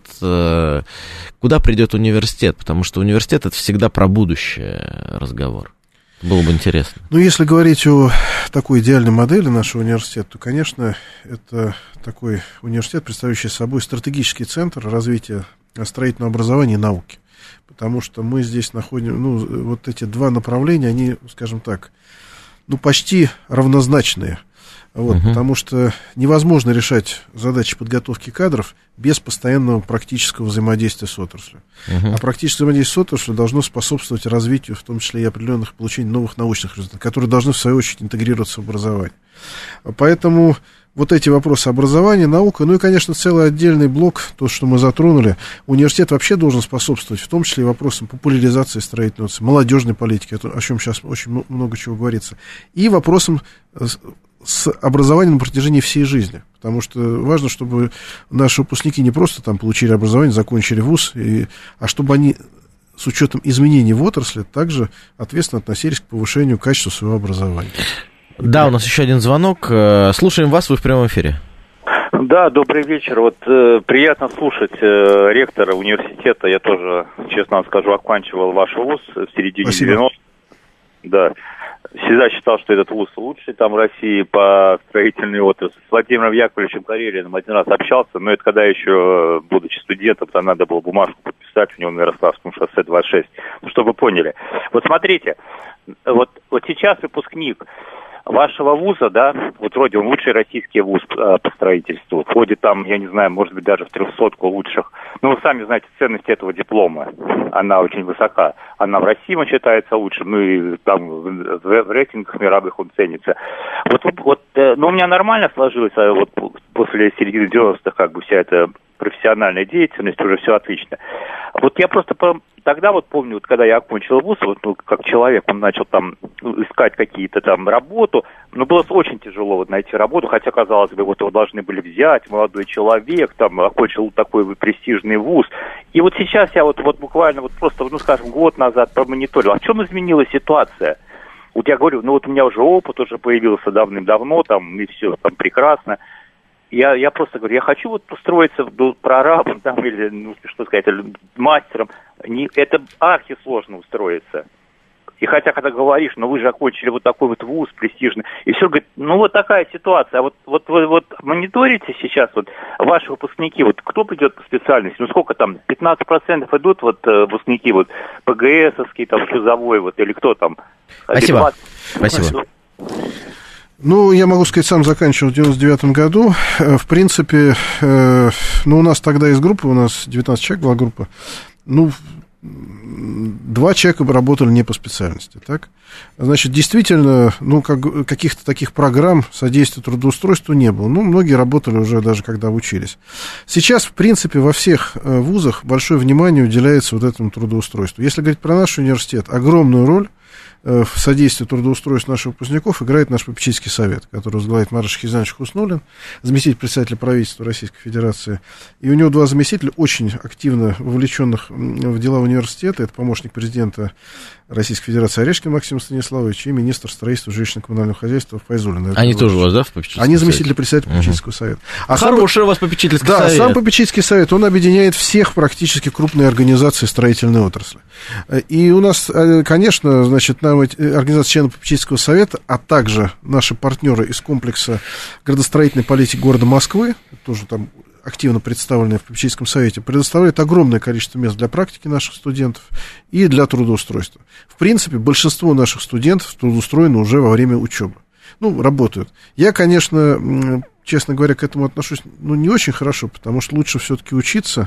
куда придет университет? Потому что университет — это всегда про будущее разговор. Было бы интересно. Ну, если говорить о такой идеальной модели нашего университета, то, конечно, это такой университет, представляющий собой стратегический центр развития строительного образования и науки. Потому что мы здесь находим, вот эти два направления, они, скажем так, почти равнозначные. Вот, потому что невозможно решать задачи подготовки кадров без постоянного практического взаимодействия с отраслью. А практическое взаимодействие с отраслью должно способствовать развитию, в том числе и определенных получений новых научных результатов, которые должны, в свою очередь, интегрироваться в образование. Поэтому вот эти вопросы образования, наука, и, конечно, целый отдельный блок, то, что мы затронули, университет вообще должен способствовать, в том числе и вопросам популяризации строительной отрасли, молодежной политики, о чем сейчас очень много чего говорится, и вопросам с образованием на протяжении всей жизни. Потому что важно, чтобы наши выпускники не просто там получили образование, закончили вуз, а чтобы они с учетом изменений в отрасли также ответственно относились к повышению качества своего образования. Да, у нас еще один звонок. Слушаем вас, вы в прямом эфире. Да, добрый вечер. Вот приятно слушать ректора университета. Я тоже, честно вам скажу, оканчивал ваш вуз в середине 90-х. Да. Всегда считал, что этот вуз лучший там в России по строительной отрасли. С Владимиром Яковлевичем Карелиным один раз общался, но это когда еще, будучи студентом, там надо было бумажку подписать у него на Ярославском шоссе 26. Чтобы вы поняли. Вот смотрите, вот сейчас выпускник вашего вуза, да, вот вроде он лучший российский вуз по строительству, входит там, я не знаю, может быть, даже в 300-ку лучших. Ну, вы сами знаете, ценность этого диплома, она очень высока. Она в России считается лучшим, и там в рейтингах мировых он ценится. Но у меня нормально сложилось, вот после середины 90-х, как бы вся эта профессиональная деятельность, уже все отлично. Вот я просто тогда вот помню, вот когда я окончил вуз, как человек, он начал там искать какие-то там работу, но было очень тяжело вот найти работу, хотя, казалось бы, вот его должны были взять, молодой человек, там, окончил такой престижный вуз. И вот сейчас я вот буквально вот просто, скажем, год назад промониторил, а в чем изменилась ситуация? Вот я говорю, вот у меня уже опыт уже появился давным-давно, там, и все, там, прекрасно. Я просто говорю, я хочу вот устроиться прорабом там, или, что сказать, мастером. Это архисложно устроиться. И хотя, когда говоришь, вы же окончили вот такой вот вуз престижный, и все говорит, вот такая ситуация. А вот вы мониторите сейчас вот ваши выпускники, вот кто придет по специальности, сколько там, 15% идут вот выпускники вот ПГСовский, там, шлюзовой, вот, или кто там? Спасибо. Спасибо. Я могу сказать, сам заканчивал в 99-м году. В принципе, у нас тогда из группы, у нас 19 человек была группа, 2 человека работали не по специальности, так? Значит, действительно, каких-то таких программ содействия трудоустройству не было. Многие работали уже даже когда учились. Сейчас, в принципе, во всех вузах большое внимание уделяется вот этому трудоустройству. Если говорить про наш университет, огромную роль в содействии трудоустройству наших выпускников играет наш попечительский совет, который возглавляет Марат Шахизанович Хуснуллин, заместитель председателя правительства Российской Федерации. И у него 2 заместителя, очень активно вовлеченных в дела университета. Это помощник президента Российской Федерации Орешкин Максим Станиславович и министр строительства жилищно-коммунального хозяйства Файзуллин. Они тоже у вас, да, в попечительском совете? Они заместители председателя попечительского совета. Хороший у вас попечительский совет. Да, сам попечительский совет, он объединяет всех практически крупные организации строительной отрасли. И у нас, конечно, значит, организация членов попечительского совета, а также наши партнеры из комплекса градостроительной политики города Москвы, тоже там активно представленные в попечительском совете, предоставляют огромное количество мест для практики наших студентов и для трудоустройства. В принципе, большинство наших студентов трудоустроено уже во время учебы. Работают. Я, конечно, честно говоря, к этому отношусь, не очень хорошо, потому что лучше все-таки учиться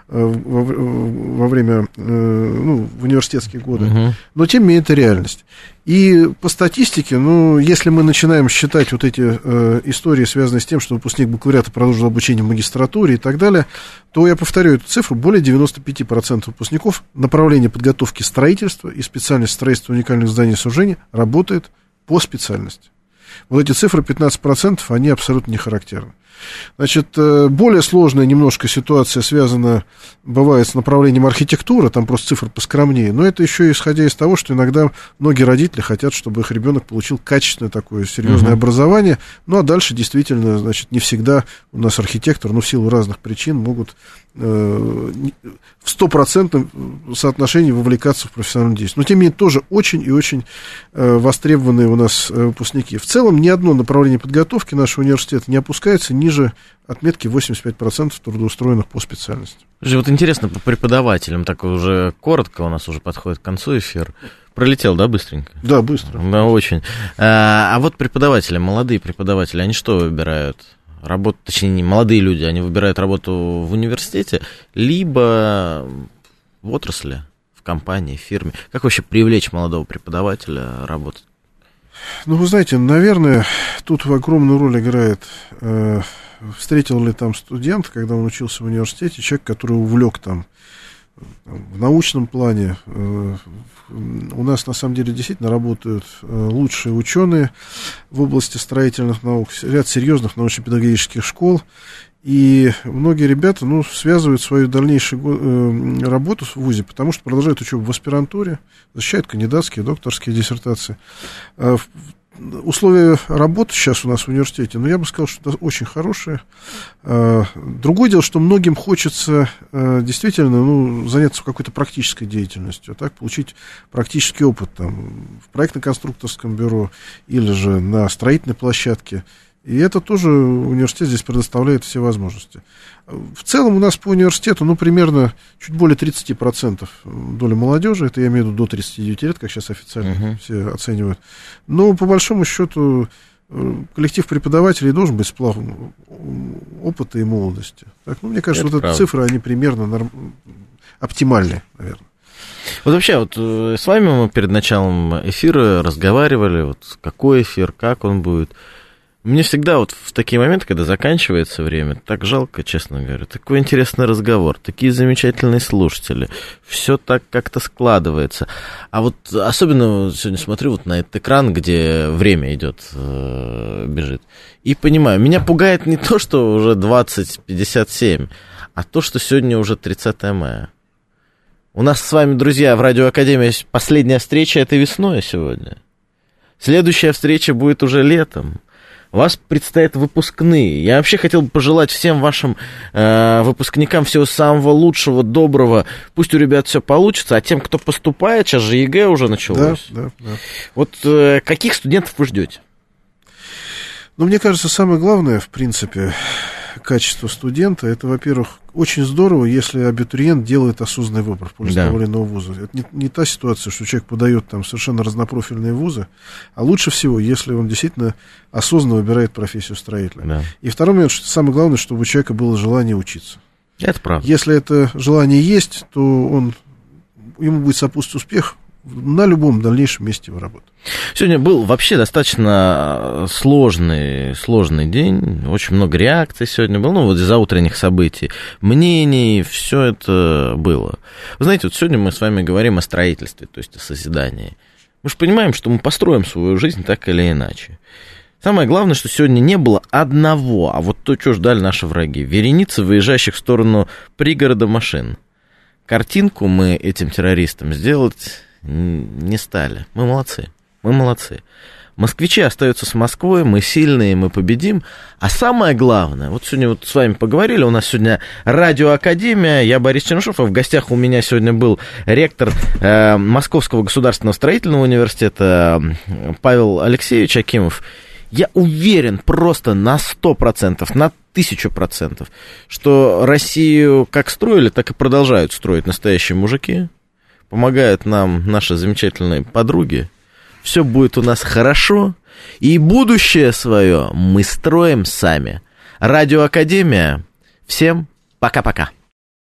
во время, в университетские годы. Но, тем не менее, это реальность. И по статистике, если мы начинаем считать вот эти истории, связанные с тем, что выпускник бакалавриата продолжил обучение в магистратуре и так далее, то я повторю эту цифру, более 95% выпускников направления подготовки строительства и специальность строительства уникальных зданий и сооружений работает по специальности. Вот эти цифры 15%, они абсолютно не характерны. Значит, более сложная немножко ситуация связана, бывает, с направлением архитектуры, там просто цифры поскромнее, но это еще исходя из того, что иногда многие родители хотят, чтобы их ребенок получил качественное такое серьезное образование, а дальше действительно, значит, не всегда у нас архитектор, в силу разных причин могут в 100% соотношении вовлекаться в профессиональную деятельность. Но, тем не менее, тоже очень и очень востребованные у нас выпускники. В целом, ни одно направление подготовки нашего университета не опускается ниже отметки 85% трудоустроенных по специальности. Вот интересно, по преподавателям, так уже коротко, у нас уже подходит к концу эфир. Пролетел, да, быстренько? Да, быстро. Да, очень. А вот преподаватели, молодые преподаватели, они что выбирают? Работу, точнее, молодые люди, они выбирают работу в университете, либо в отрасли, в компании, в фирме. Как вообще привлечь молодого преподавателя работать? Вы знаете, наверное, тут огромную роль играет, встретил ли там студент, когда он учился в университете, человек, который увлек там в научном плане. У нас, на самом деле, действительно работают лучшие ученые в области строительных наук, ряд серьезных научно-педагогических школ, и многие ребята, связывают свою дальнейшую работу в ВУЗе, потому что продолжают учебу в аспирантуре, защищают кандидатские, докторские диссертации. Условия работы сейчас у нас в университете, я бы сказал, что это очень хорошие. Другое дело, что многим хочется действительно заняться какой-то практической деятельностью, получить практический опыт в проектно-конструкторском бюро или же на строительной площадке. И это тоже университет здесь предоставляет все возможности. В целом у нас по университету, примерно чуть более 30% доля молодежи, это я имею в виду до 39 лет, как сейчас официально все оценивают. Но по большому счету коллектив преподавателей должен быть сплав опыта и молодости. Мне кажется, эти цифры, они примерно оптимальные, наверное. Вот вообще, с вами мы перед началом эфира разговаривали, какой эфир, как он будет. Мне всегда в такие моменты, когда заканчивается время, так жалко, честно говоря. Такой интересный разговор, такие замечательные слушатели. Все так как-то складывается. А особенно сегодня смотрю на этот экран, где время идет, бежит. И понимаю, меня пугает не то, что уже 20:57, а то, что сегодня уже 30 мая. У нас с вами, друзья, в Радиоакадемии последняя встреча этой весной сегодня. Следующая встреча будет уже летом. У вас предстоят выпускные. Я вообще хотел бы пожелать всем вашим выпускникам всего самого лучшего, доброго. Пусть у ребят все получится. А тем, кто поступает, сейчас же ЕГЭ уже началось. Да. Каких студентов вы ждете? Мне кажется, самое главное, в принципе, качество студента, это, во-первых, очень здорово, если абитуриент делает осознанный выбор в пользу того или иного вуза. Это не та ситуация, что человек подает совершенно разнопрофильные вузы, а лучше всего, если он действительно осознанно выбирает профессию строителя. Да. И второй момент, что самое главное, чтобы у человека было желание учиться. Это правда. Если это желание есть, то ему будет сопутствовать успех на любом дальнейшем месте его работы. Сегодня был вообще достаточно сложный день, очень много реакций сегодня было, из-за утренних событий, мнений, все это было. Вы знаете, сегодня мы с вами говорим о строительстве, то есть о созидании. Мы же понимаем, что мы построим свою жизнь так или иначе. Самое главное, что сегодня не было одного, а то, что ждали наши враги, вереницы выезжающих в сторону пригорода машин. Картинку мы этим террористам сделать не стали. Мы молодцы. Москвичи остаются с Москвой, мы сильные, мы победим. А самое главное, сегодня с вами поговорили, у нас сегодня Радиоакадемия, я Борис Чернышов, а в гостях у меня сегодня был ректор Московского государственного строительного университета Павел Алексеевич Акимов. Я уверен просто на 100%, на 1000%, что Россию как строили, так и продолжают строить настоящие мужики. Помогают нам наши замечательные подруги. Все будет у нас хорошо. И будущее свое мы строим сами. Радиоакадемия. Всем пока-пока.